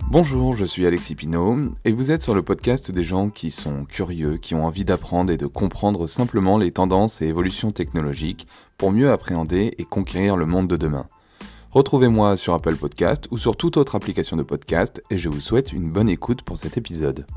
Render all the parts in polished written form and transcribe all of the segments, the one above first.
Bonjour, je suis Alexis Pinault et vous êtes sur le podcast des gens qui sont curieux, qui ont envie d'apprendre et de comprendre simplement les tendances et évolutions technologiques pour mieux appréhender et conquérir le monde de demain. Retrouvez-moi sur Apple Podcast ou sur toute autre application de podcast et je vous souhaite une bonne écoute pour cet épisode.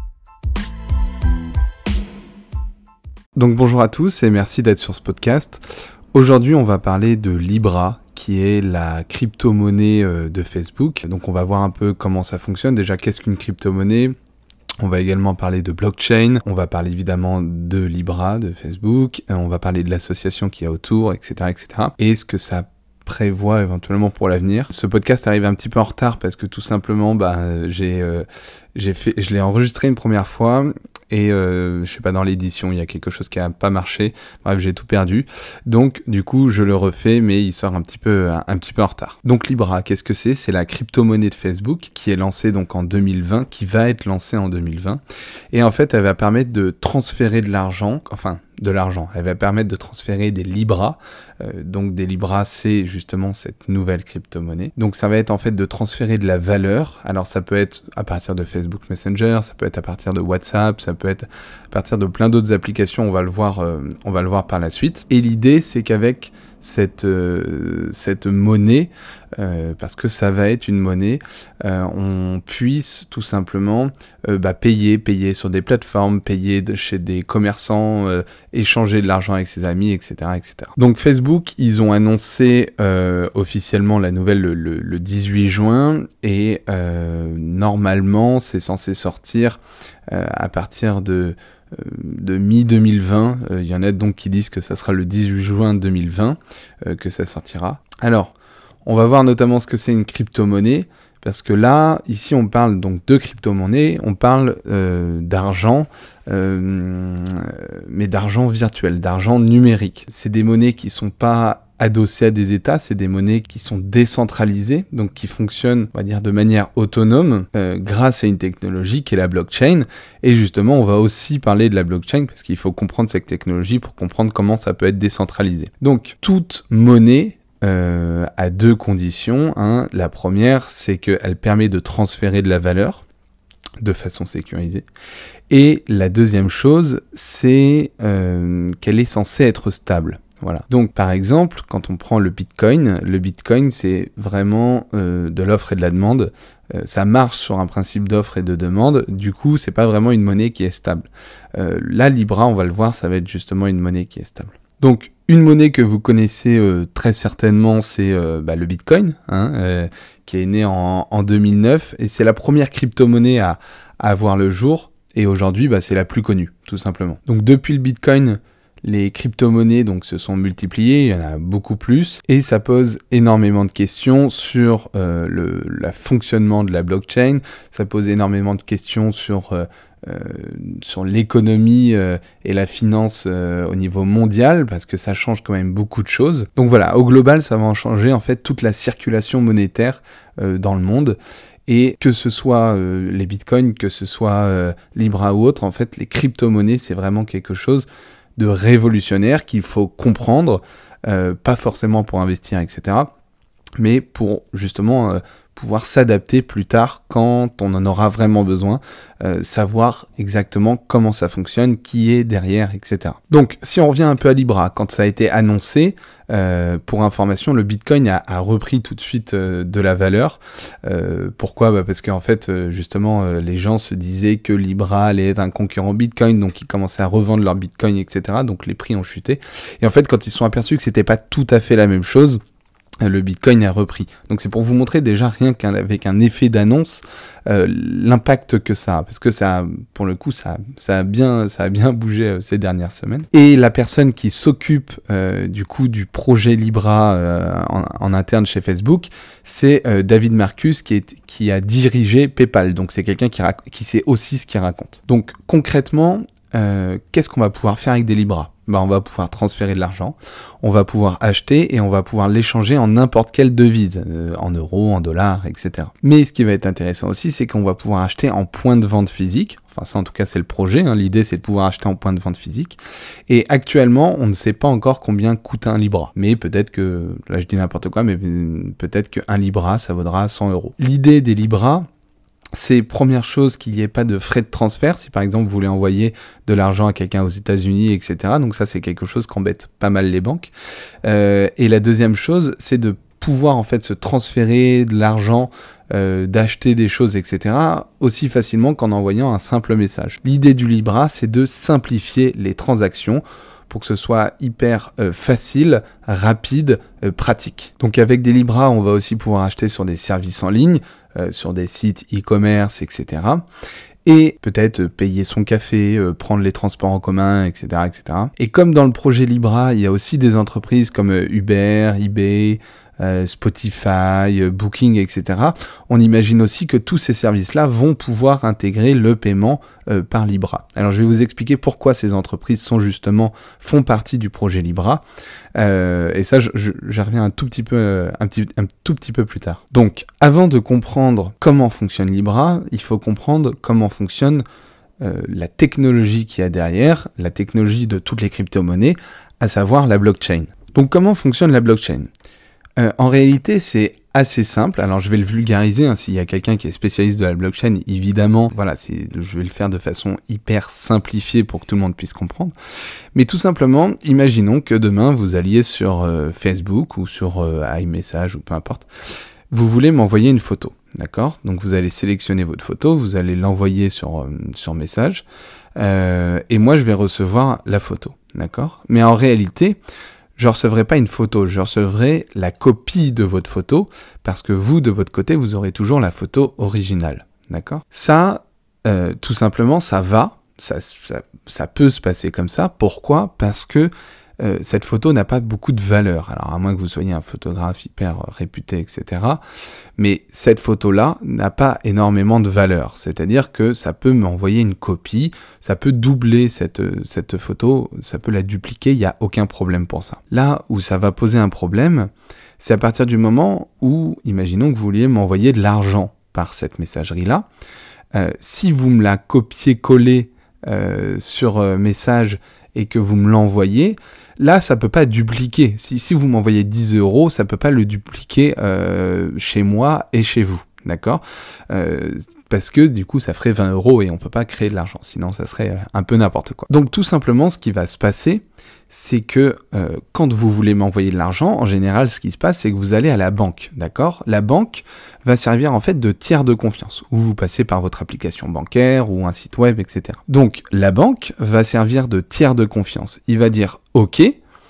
Donc bonjour à tous et merci d'être sur ce podcast. Aujourd'hui on va parler de Libra, qui est la crypto-monnaie de Facebook. Donc on va voir un peu comment ça fonctionne. Déjà, qu'est-ce qu'une crypto-monnaie ? On va également parler de blockchain, on va parler évidemment de Libra, de Facebook, on va parler de l'association qu'il y a autour, etc., etc. Et ce que ça prévoit éventuellement pour l'avenir. Ce podcast arrive un petit peu en retard parce que tout simplement, je l'ai enregistré une première fois. Et je sais pas, dans l'édition, il y a quelque chose qui a pas marché. Bref, j'ai tout perdu. Donc, du coup, je le refais, mais il sort un petit peu en retard. Donc, Libra, qu'est-ce que c'est ? C'est la crypto-monnaie de Facebook qui est lancée donc en 2020, qui va être lancée en 2020. Et en fait, elle va permettre de transférer de l'argent. Elle va permettre de transférer des Libra. Donc des Libra, c'est justement cette nouvelle crypto-monnaie. Donc ça va être en fait de transférer de la valeur. Alors ça peut être à partir de Facebook Messenger, ça peut être à partir de WhatsApp, ça peut être à partir de plein d'autres applications. On va le voir par la suite. Et l'idée, c'est qu'avec cette monnaie, parce que ça va être une monnaie, on puisse tout simplement payer sur des plateformes, payer chez des commerçants, échanger de l'argent avec ses amis, etc., etc. Donc Facebook, ils ont annoncé officiellement la nouvelle le 18 juin et normalement c'est censé sortir à partir de mi-2020, il y en a donc qui disent que ça sera le 18 juin 2020 que ça sortira. Alors, on va voir notamment ce que c'est une crypto-monnaie, parce que là, ici on parle donc de crypto-monnaie, on parle d'argent, mais d'argent virtuel, d'argent numérique. C'est des monnaies qui sont pas adossées à des États, c'est des monnaies qui sont décentralisées, donc qui fonctionnent, on va dire, de manière autonome, grâce à une technologie qui est la blockchain. Et justement, on va aussi parler de la blockchain, parce qu'il faut comprendre cette technologie pour comprendre comment ça peut être décentralisé. Donc, toute monnaie a deux conditions. La première, c'est qu'elle permet de transférer de la valeur de façon sécurisée. Et la deuxième chose, c'est qu'elle est censée être stable. Voilà. Donc, par exemple, quand on prend le Bitcoin, c'est vraiment de l'offre et de la demande. Ça marche sur un principe d'offre et de demande. Du coup, c'est pas vraiment une monnaie qui est stable. La Libra, on va le voir, ça va être justement une monnaie qui est stable. Donc, une monnaie que vous connaissez très certainement, c'est le Bitcoin, qui est né en 2009, et c'est la première crypto-monnaie à avoir le jour, et aujourd'hui, c'est la plus connue, tout simplement. Donc, depuis le Bitcoin, les crypto-monnaies se sont multipliées, il y en a beaucoup plus, et ça pose énormément de questions sur le fonctionnement de la blockchain, ça pose énormément de questions sur l'économie et la finance au niveau mondial, parce que ça change quand même beaucoup de choses. Donc voilà, au global, ça va en changer en fait toute la circulation monétaire dans le monde. Et que ce soit les bitcoins, que ce soit Libra ou autre, en fait, les crypto-monnaies, c'est vraiment quelque chose de révolutionnaire qu'il faut comprendre, pas forcément pour investir, etc., mais pour justement pouvoir s'adapter plus tard quand on en aura vraiment besoin, savoir exactement comment ça fonctionne, qui est derrière, etc. Donc, si on revient un peu à Libra, quand ça a été annoncé, pour information, le Bitcoin a repris tout de suite de la valeur. Pourquoi ? Parce qu'en fait, justement, les gens se disaient que Libra allait être un concurrent Bitcoin, donc ils commençaient à revendre leur Bitcoin, etc. Donc les prix ont chuté. Et en fait, quand ils se sont aperçus que c'était pas tout à fait la même chose, le Bitcoin a repris. Donc c'est pour vous montrer déjà rien qu'avec un effet d'annonce l'impact que ça a, parce que ça, pour le coup, ça a bien bougé ces dernières semaines. Et la personne qui s'occupe du coup du projet Libra en interne chez Facebook, c'est David Marcus qui a dirigé PayPal. Donc c'est quelqu'un qui sait aussi ce qu'il raconte. Donc concrètement, qu'est-ce qu'on va pouvoir faire avec des Libra ? On va pouvoir transférer de l'argent, on va pouvoir acheter et on va pouvoir l'échanger en n'importe quelle devise, en euros, en dollars, etc. Mais ce qui va être intéressant aussi, c'est qu'on va pouvoir acheter en point de vente physique. Enfin ça en tout cas c'est le projet, l'idée c'est de pouvoir acheter en point de vente physique. Et actuellement on ne sait pas encore combien coûte un Libra. Mais peut-être que, là je dis n'importe quoi, mais peut-être qu'un Libra ça vaudra 100 euros. L'idée des Libra, c'est première chose qu'il n'y ait pas de frais de transfert, si par exemple vous voulez envoyer de l'argent à quelqu'un aux États-Unis, etc. Donc ça c'est quelque chose qu'embête pas mal les banques. Et la deuxième chose, c'est de pouvoir en fait se transférer de l'argent, d'acheter des choses, etc. aussi facilement qu'en envoyant un simple message. L'idée du Libra, c'est de simplifier les transactions pour que ce soit hyper facile, rapide, pratique. Donc avec des Libra, on va aussi pouvoir acheter sur des services en ligne, sur des sites e-commerce, etc. Et peut-être payer son café, prendre les transports en commun, etc., etc. Et comme dans le projet Libra, il y a aussi des entreprises comme Uber, eBay, Spotify, Booking, etc. On imagine aussi que tous ces services-là vont pouvoir intégrer le paiement par Libra. Alors je vais vous expliquer pourquoi ces entreprises font partie du projet Libra. Et ça, je reviens un tout petit peu plus tard. Donc, avant de comprendre comment fonctionne Libra, il faut comprendre comment fonctionne la technologie qu'il y a derrière, la technologie de toutes les crypto-monnaies, à savoir la blockchain. Donc, comment fonctionne la blockchain ? En réalité, c'est assez simple. Alors, je vais le vulgariser. Hein, s'il y a quelqu'un qui est spécialiste de la blockchain, évidemment, voilà, je vais le faire de façon hyper simplifiée pour que tout le monde puisse comprendre. Mais tout simplement, imaginons que demain, vous alliez sur Facebook ou sur iMessage ou peu importe. Vous voulez m'envoyer une photo, d'accord ? Donc, vous allez sélectionner votre photo, vous allez l'envoyer sur message, et moi, je vais recevoir la photo, d'accord ? Mais en réalité, je ne recevrai pas une photo, je recevrai la copie de votre photo, parce que vous, de votre côté, vous aurez toujours la photo originale, d'accord ? Ça, tout simplement, ça peut se passer comme ça. Pourquoi ? Parce que cette photo n'a pas beaucoup de valeur. Alors, à moins que vous soyez un photographe hyper réputé, etc. Mais cette photo-là n'a pas énormément de valeur. C'est-à-dire que ça peut m'envoyer une copie, ça peut doubler cette photo, ça peut la dupliquer, il n'y a aucun problème pour ça. Là où ça va poser un problème, c'est à partir du moment où, imaginons que vous vouliez m'envoyer de l'argent par cette messagerie-là. Si vous me la copiez-collez sur message et que vous me l'envoyez, là, ça peut pas dupliquer. Si vous m'envoyez 10 €, ça peut pas le dupliquer chez moi et chez vous, d'accord ? Parce que du coup, ça ferait 20 € et on peut pas créer de l'argent, sinon ça serait un peu n'importe quoi. Donc tout simplement, ce qui va se passer, c'est que quand vous voulez m'envoyer de l'argent, en général, ce qui se passe, c'est que vous allez à la banque, d'accord ? La banque va servir en fait de tiers de confiance, où vous passez par votre application bancaire ou un site web, etc. Donc la banque va servir de tiers de confiance. Il va dire, ok,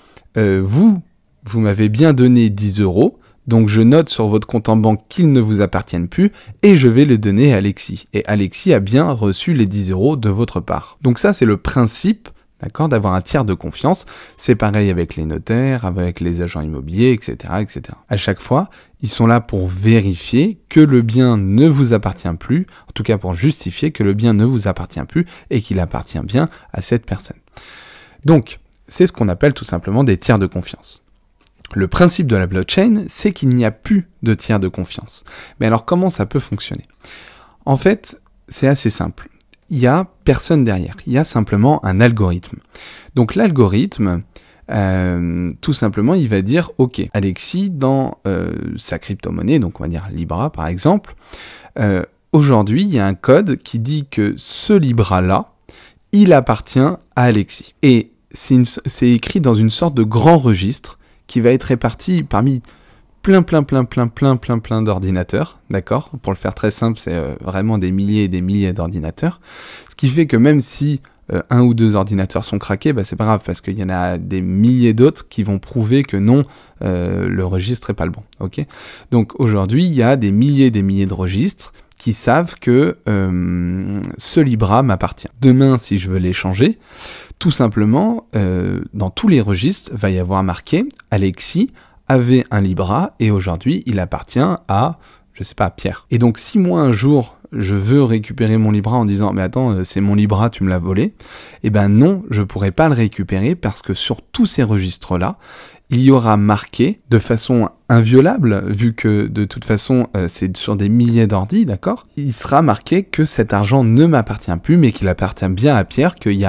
vous m'avez bien donné 10 €, donc je note sur votre compte en banque qu'ils ne vous appartiennent plus, et je vais le donner à Alexis. Et Alexis a bien reçu les 10 € de votre part. Donc ça, c'est le principe, d'accord, d'avoir un tiers de confiance. C'est pareil avec les notaires, avec les agents immobiliers, etc., etc. À chaque fois, ils sont là pour vérifier que le bien ne vous appartient plus, en tout cas pour justifier que le bien ne vous appartient plus et qu'il appartient bien à cette personne. Donc, c'est ce qu'on appelle tout simplement des tiers de confiance. Le principe de la blockchain, c'est qu'il n'y a plus de tiers de confiance. Mais alors, comment ça peut fonctionner ? En fait, c'est assez simple. Il n'y a personne derrière. Il y a simplement un algorithme. Donc l'algorithme, tout simplement, il va dire, ok, Alexis, dans sa crypto-monnaie, donc on va dire Libra par exemple, aujourd'hui, il y a un code qui dit que ce Libra-là, il appartient à Alexis. Et c'est écrit dans une sorte de grand registre qui va être réparti parmi plein d'ordinateurs, d'accord ? Pour le faire très simple, c'est vraiment des milliers et des milliers d'ordinateurs. Ce qui fait que même si un ou deux ordinateurs sont craqués, bah c'est pas grave, parce qu'il y en a des milliers d'autres qui vont prouver que non, le registre est pas le bon, ok ? Donc aujourd'hui, il y a des milliers de registres qui savent que ce Libra m'appartient. Demain, si je veux l'échanger, tout simplement, dans tous les registres, va y avoir marqué « Alexis avait un Libra et aujourd'hui, il appartient à, je sais pas, Pierre ». Et donc, si moi, un jour, je veux récupérer mon Libra en disant « Mais attends, c'est mon Libra, tu me l'as volé », eh ben non, je pourrais pas le récupérer parce que sur tous ces registres-là, il y aura marqué de façon inviolable, vu que de toute façon c'est sur des milliers d'ordi, d'accord ? Il sera marqué que cet argent ne m'appartient plus, mais qu'il appartient bien à Pierre, qu'il y a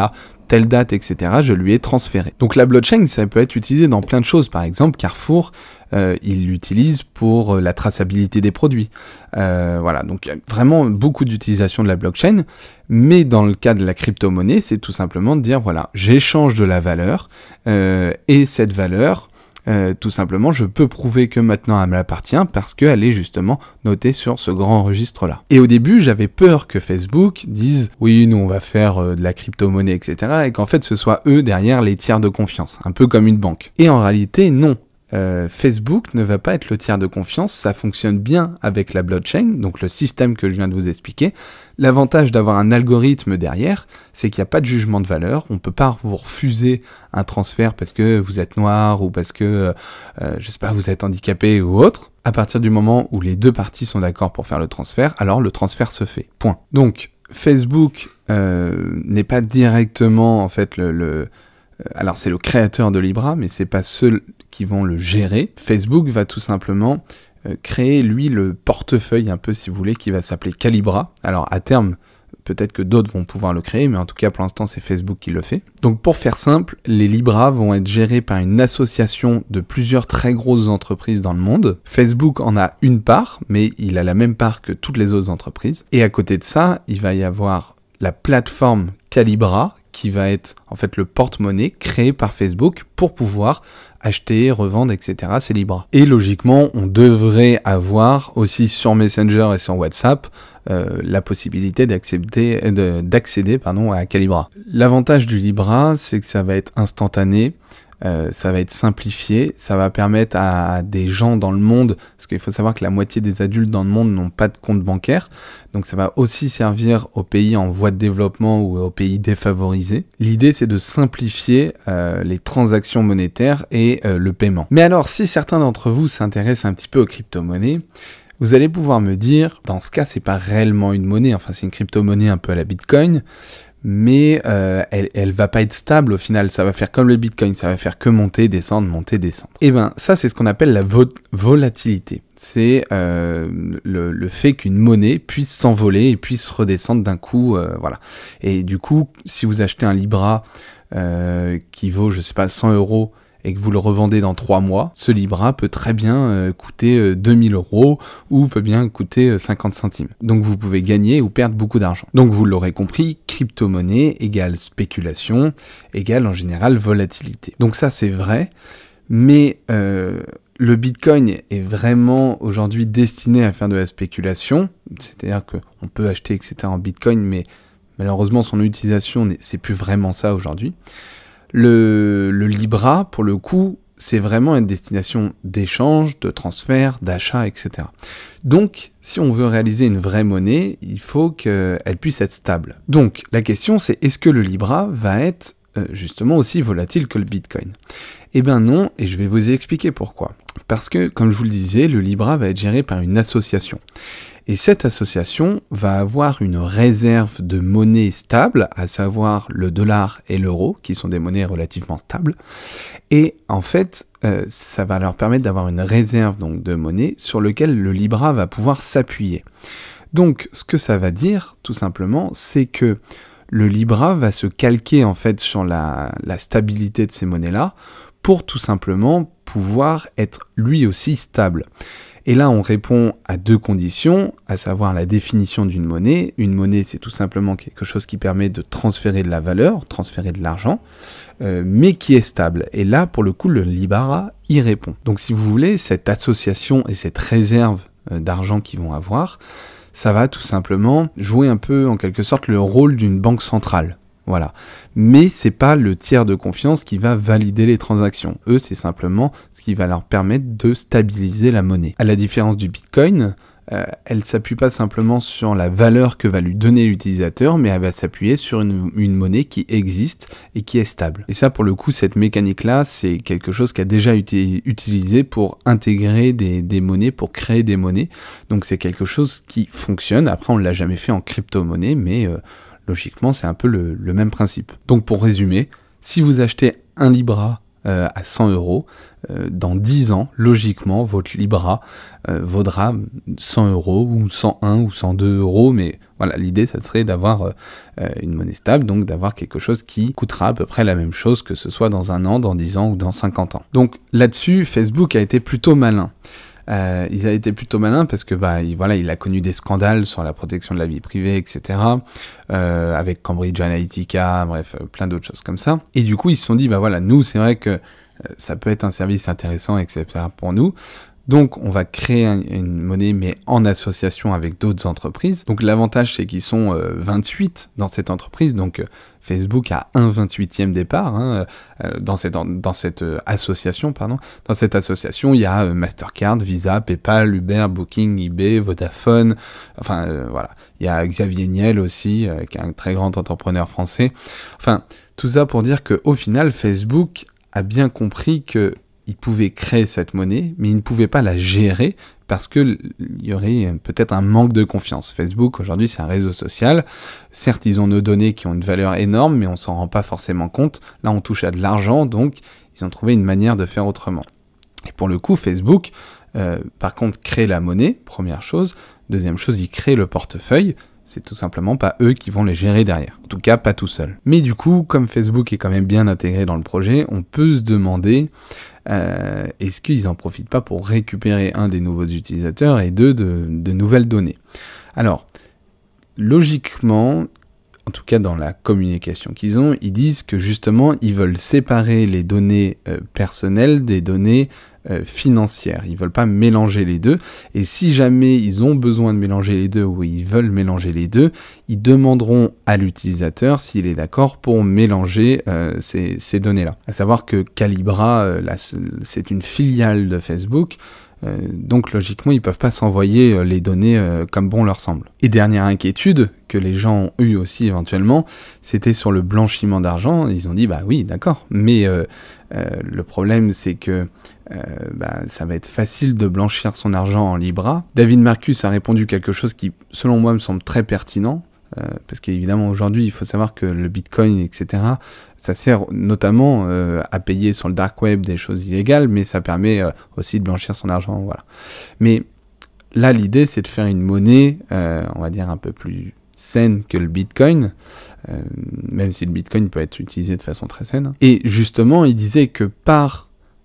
telle date, etc., je lui ai transféré. Donc la blockchain, ça peut être utilisé dans plein de choses. Par exemple, Carrefour, il l'utilise pour la traçabilité des produits. Voilà, donc il y a vraiment beaucoup d'utilisation de la blockchain, mais dans le cas de la crypto-monnaie, c'est tout simplement de dire, voilà, j'échange de la valeur, et cette valeur, tout simplement, je peux prouver que maintenant elle m'appartient parce qu'elle est justement notée sur ce grand registre-là. Et au début, j'avais peur que Facebook dise « Oui, nous on va faire de la crypto-monnaie, etc. » et qu'en fait ce soit eux derrière les tiers de confiance, un peu comme une banque. Et en réalité, non. Facebook ne va pas être le tiers de confiance, ça fonctionne bien avec la blockchain, donc le système que je viens de vous expliquer. L'avantage d'avoir un algorithme derrière, c'est qu'il n'y a pas de jugement de valeur, on ne peut pas vous refuser un transfert parce que vous êtes noir ou parce que, je sais pas, vous êtes handicapé ou autre. À partir du moment où les deux parties sont d'accord pour faire le transfert, alors le transfert se fait. Point. Donc, Facebook n'est pas directement, en fait, alors c'est le créateur de Libra, mais c'est pas ceux qui vont le gérer. Facebook va tout simplement créer, lui, le portefeuille, un peu si vous voulez, qui va s'appeler Calibra. Alors à terme, peut-être que d'autres vont pouvoir le créer, mais en tout cas pour l'instant c'est Facebook qui le fait. Donc pour faire simple, les Libra vont être gérés par une association de plusieurs très grosses entreprises dans le monde. Facebook en a une part, mais il a la même part que toutes les autres entreprises. Et à côté de ça, il va y avoir la plateforme Calibra, qui va être en fait le porte-monnaie créé par Facebook pour pouvoir acheter, revendre, etc. ces Libra. Et logiquement, on devrait avoir aussi sur Messenger et sur WhatsApp la possibilité d'accéder à Calibra. L'avantage du Libra, c'est que ça va être instantané. Ça va être simplifié, ça va permettre à des gens dans le monde, parce qu'il faut savoir que la moitié des adultes dans le monde n'ont pas de compte bancaire, donc ça va aussi servir aux pays en voie de développement ou aux pays défavorisés. L'idée, c'est de simplifier les transactions monétaires et le paiement. Mais alors, si certains d'entre vous s'intéressent un petit peu aux crypto-monnaies, vous allez pouvoir me dire, dans ce cas, c'est pas réellement une monnaie, enfin c'est une crypto-monnaie un peu à la Bitcoin, mais elle va pas être stable au final, ça va faire comme le Bitcoin, ça va faire que monter, descendre. Et ben ça c'est ce qu'on appelle la volatilité, c'est le fait qu'une monnaie puisse s'envoler et puisse redescendre d'un coup, voilà. Et du coup, si vous achetez un Libra qui vaut, je sais pas, 100 € et que vous le revendez dans 3 mois, ce Libra peut très bien coûter 2000 € ou peut bien coûter 50 centimes. Donc vous pouvez gagner ou perdre beaucoup d'argent. Donc vous l'aurez compris, crypto-monnaie égale spéculation, égale en général volatilité. Donc ça c'est vrai, mais le Bitcoin est vraiment aujourd'hui destiné à faire de la spéculation, c'est-à-dire qu'on peut acheter etc. en Bitcoin, mais malheureusement son utilisation c'est plus vraiment ça aujourd'hui. Le Libra, pour le coup, c'est vraiment une destination d'échange, de transfert, d'achat, etc. Donc, si on veut réaliser une vraie monnaie, il faut qu'elle puisse être stable. Donc, la question, c'est est-ce que le Libra va être justement aussi volatile que le Bitcoin ? Eh bien non, et je vais vous expliquer pourquoi. Parce que, comme je vous le disais, le Libra va être géré par une association. Et cette association va avoir une réserve de monnaie stable, à savoir le dollar et l'euro, qui sont des monnaies relativement stables. Et en fait, ça va leur permettre d'avoir une réserve donc, de monnaie sur laquelle le Libra va pouvoir s'appuyer. Donc, ce que ça va dire, tout simplement, c'est que le Libra va se calquer en fait sur la stabilité de ces monnaies-là pour tout simplement pouvoir être lui aussi stable. Et là, on répond à deux conditions, à savoir la définition d'une monnaie. Une monnaie, c'est tout simplement quelque chose qui permet de transférer de la valeur, transférer de l'argent, mais qui est stable. Et là, pour le coup, le Libra y répond. Donc, si vous voulez, cette association et cette réserve d'argent qu'ils vont avoir, ça va tout simplement jouer un peu, en quelque sorte, le rôle d'une banque centrale. Voilà. Mais c'est pas le tiers de confiance qui va valider les transactions. Eux, c'est simplement ce qui va leur permettre de stabiliser la monnaie. À la différence du Bitcoin, elle s'appuie pas simplement sur la valeur que va lui donner l'utilisateur, mais elle va s'appuyer sur une monnaie qui existe et qui est stable. Et ça, pour le coup, cette mécanique-là, c'est quelque chose qui a déjà été utilisé pour intégrer des monnaies, pour créer des monnaies. Donc c'est quelque chose qui fonctionne. Après, on l'a jamais fait en crypto-monnaie, mais logiquement, c'est un peu le même principe. Donc pour résumer, si vous achetez un Libra à 100 €. Dans 10 ans, logiquement, votre Libra vaudra 100 € ou 101 ou 102 €, mais voilà, l'idée, ça serait d'avoir une monnaie stable, donc d'avoir quelque chose qui coûtera à peu près la même chose, que ce soit dans 1 an, dans 10 ans ou dans 50 ans. Donc là-dessus, Facebook a été plutôt malin. Il a été plutôt malin parce que il a connu des scandales sur la protection de la vie privée, etc. Avec Cambridge Analytica, bref, plein d'autres choses comme ça. Et du coup, ils se sont dit, nous, c'est vrai que ça peut être un service intéressant, etc. pour nous. Donc, on va créer une monnaie, mais en association avec d'autres entreprises. Donc, l'avantage, c'est qu'ils sont 28 dans cette entreprise. Donc, Facebook a un 28e départ dans cette association. Dans cette association, il y a Mastercard, Visa, PayPal, Uber, Booking, eBay, Vodafone. Voilà. Il y a Xavier Niel aussi, qui est un très grand entrepreneur français. Enfin, tout ça pour dire qu'au final, Facebook a bien compris que il pouvait créer cette monnaie, mais il ne pouvait pas la gérer parce qu'il y aurait peut-être un manque de confiance. Facebook, aujourd'hui, c'est un réseau social. Certes, ils ont nos données qui ont une valeur énorme, mais on s'en rend pas forcément compte. Là, on touche à de l'argent, donc ils ont trouvé une manière de faire autrement. Et pour le coup, Facebook, par contre, crée la monnaie, première chose. Deuxième chose, ils créent le portefeuille. C'est tout simplement pas eux qui vont les gérer derrière. En tout cas, pas tout seul. Mais du coup, comme Facebook est quand même bien intégré dans le projet, on peut se demander est-ce qu'ils en profitent pas pour récupérer un des nouveaux utilisateurs et deux de nouvelles données. Alors, logiquement, en tout cas dans la communication qu'ils ont, ils disent que justement, ils veulent séparer les données personnelles des données financières. Ils veulent pas mélanger les deux. Et si jamais ils ont besoin de mélanger les deux ou ils veulent mélanger les deux, ils demanderont à l'utilisateur s'il est d'accord pour mélanger ces données-là. À savoir que Calibra, c'est une filiale de Facebook. Donc logiquement, ils peuvent pas s'envoyer les données comme bon leur semble. Et dernière inquiétude que les gens ont eu aussi éventuellement, c'était sur le blanchiment d'argent. Ils ont dit oui, d'accord, mais le problème c'est que ça va être facile de blanchir son argent en Libra. David Marcus a répondu quelque chose qui, selon moi, me semble très pertinent. Parce qu'évidemment aujourd'hui il faut savoir que le Bitcoin, etc., ça sert notamment à payer sur le dark web des choses illégales, mais ça permet aussi de blanchir son argent, voilà. Mais là l'idée c'est de faire une monnaie, on va dire un peu plus saine que le Bitcoin, même si le Bitcoin peut être utilisé de façon très saine. Et justement il disait que par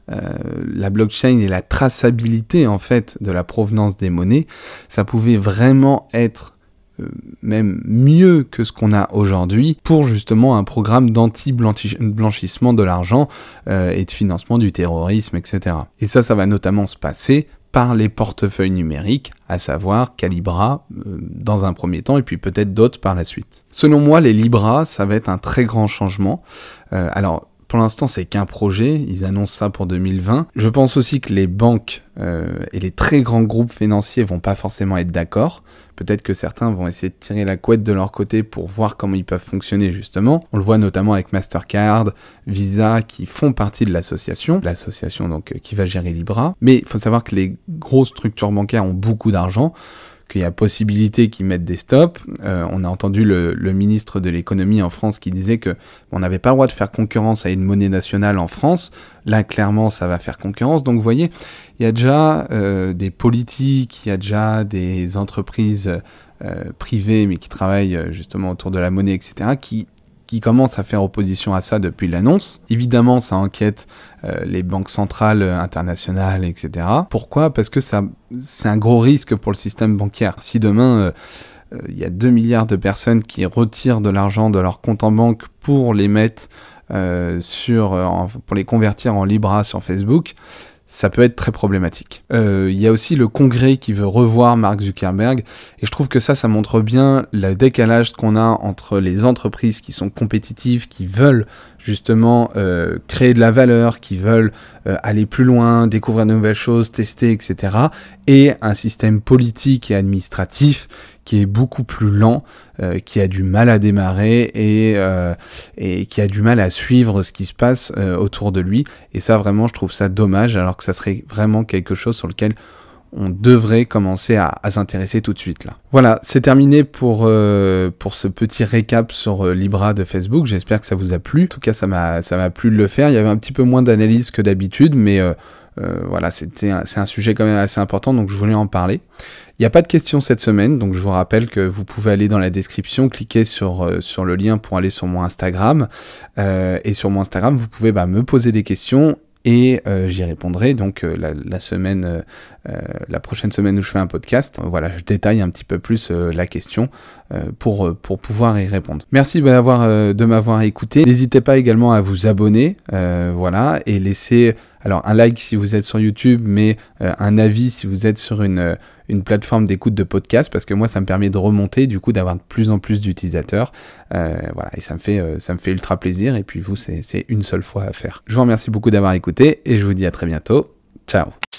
la blockchain et la traçabilité en fait de la provenance des monnaies, ça pouvait vraiment être même mieux que ce qu'on a aujourd'hui pour justement un programme d'anti-blanchissement de l'argent et de financement du terrorisme, etc. Et ça va notamment se passer par les portefeuilles numériques, à savoir Calibra dans un premier temps et puis peut-être d'autres par la suite. Selon moi, les Libra, ça va être un très grand changement. Alors, pour l'instant, c'est qu'un projet, ils annoncent ça pour 2020. Je pense aussi que les banques et les très grands groupes financiers vont pas forcément être d'accord. Peut-être que certains vont essayer de tirer la couette de leur côté pour voir comment ils peuvent fonctionner justement. On le voit notamment avec Mastercard, Visa qui font partie de l'association donc qui va gérer Libra. Mais il faut savoir que les grosses structures bancaires ont beaucoup d'argent, qu'il y a possibilité qu'ils mettent des stops. On a entendu le ministre de l'économie en France qui disait que on n'avait pas le droit de faire concurrence à une monnaie nationale en France. Là, clairement, ça va faire concurrence. Donc, vous voyez, il y a déjà des politiques, il y a déjà des entreprises privées, mais qui travaillent justement autour de la monnaie, etc., qui commencent à faire opposition à ça depuis l'annonce. Évidemment, ça inquiète les banques centrales internationales, etc. Pourquoi ? Parce que c'est un gros risque pour le système bancaire. Si demain, il y a 2 milliards de personnes qui retirent de l'argent de leur compte en banque pour les mettre pour les convertir en Libra sur Facebook, ça peut être très problématique. Il y a aussi le Congrès qui veut revoir Mark Zuckerberg, et je trouve que ça montre bien le décalage qu'on a entre les entreprises qui sont compétitives, qui veulent justement créer de la valeur, qui veulent aller plus loin, découvrir de nouvelles choses, tester, etc., et un système politique et administratif qui est beaucoup plus lent, qui a du mal à démarrer et qui a du mal à suivre ce qui se passe autour de lui. Et ça, vraiment, je trouve ça dommage, alors que ça serait vraiment quelque chose sur lequel on devrait commencer à s'intéresser tout de suite là. Voilà, c'est terminé pour ce petit récap sur Libra de Facebook. J'espère que ça vous a plu. En tout cas, ça m'a plu de le faire. Il y avait un petit peu moins d'analyse que d'habitude, mais voilà, c'est un sujet quand même assez important, donc je voulais en parler. Il n'y a pas de questions cette semaine, donc je vous rappelle que vous pouvez aller dans la description, cliquer sur le lien pour aller sur mon Instagram. Et sur mon Instagram, vous pouvez me poser des questions et j'y répondrai. Donc la prochaine semaine où je fais un podcast, voilà, je détaille un petit peu plus la question pour pouvoir y répondre. Merci de m'avoir écouté. N'hésitez pas également à vous abonner, voilà, et laisser un like si vous êtes sur YouTube, mais un avis si vous êtes sur une plateforme d'écoute de podcast, parce que moi ça me permet de remonter, du coup d'avoir de plus en plus d'utilisateurs, voilà, et ça me fait ultra plaisir, et puis vous c'est une seule fois à faire. Je vous remercie beaucoup d'avoir écouté et je vous dis à très bientôt. Ciao.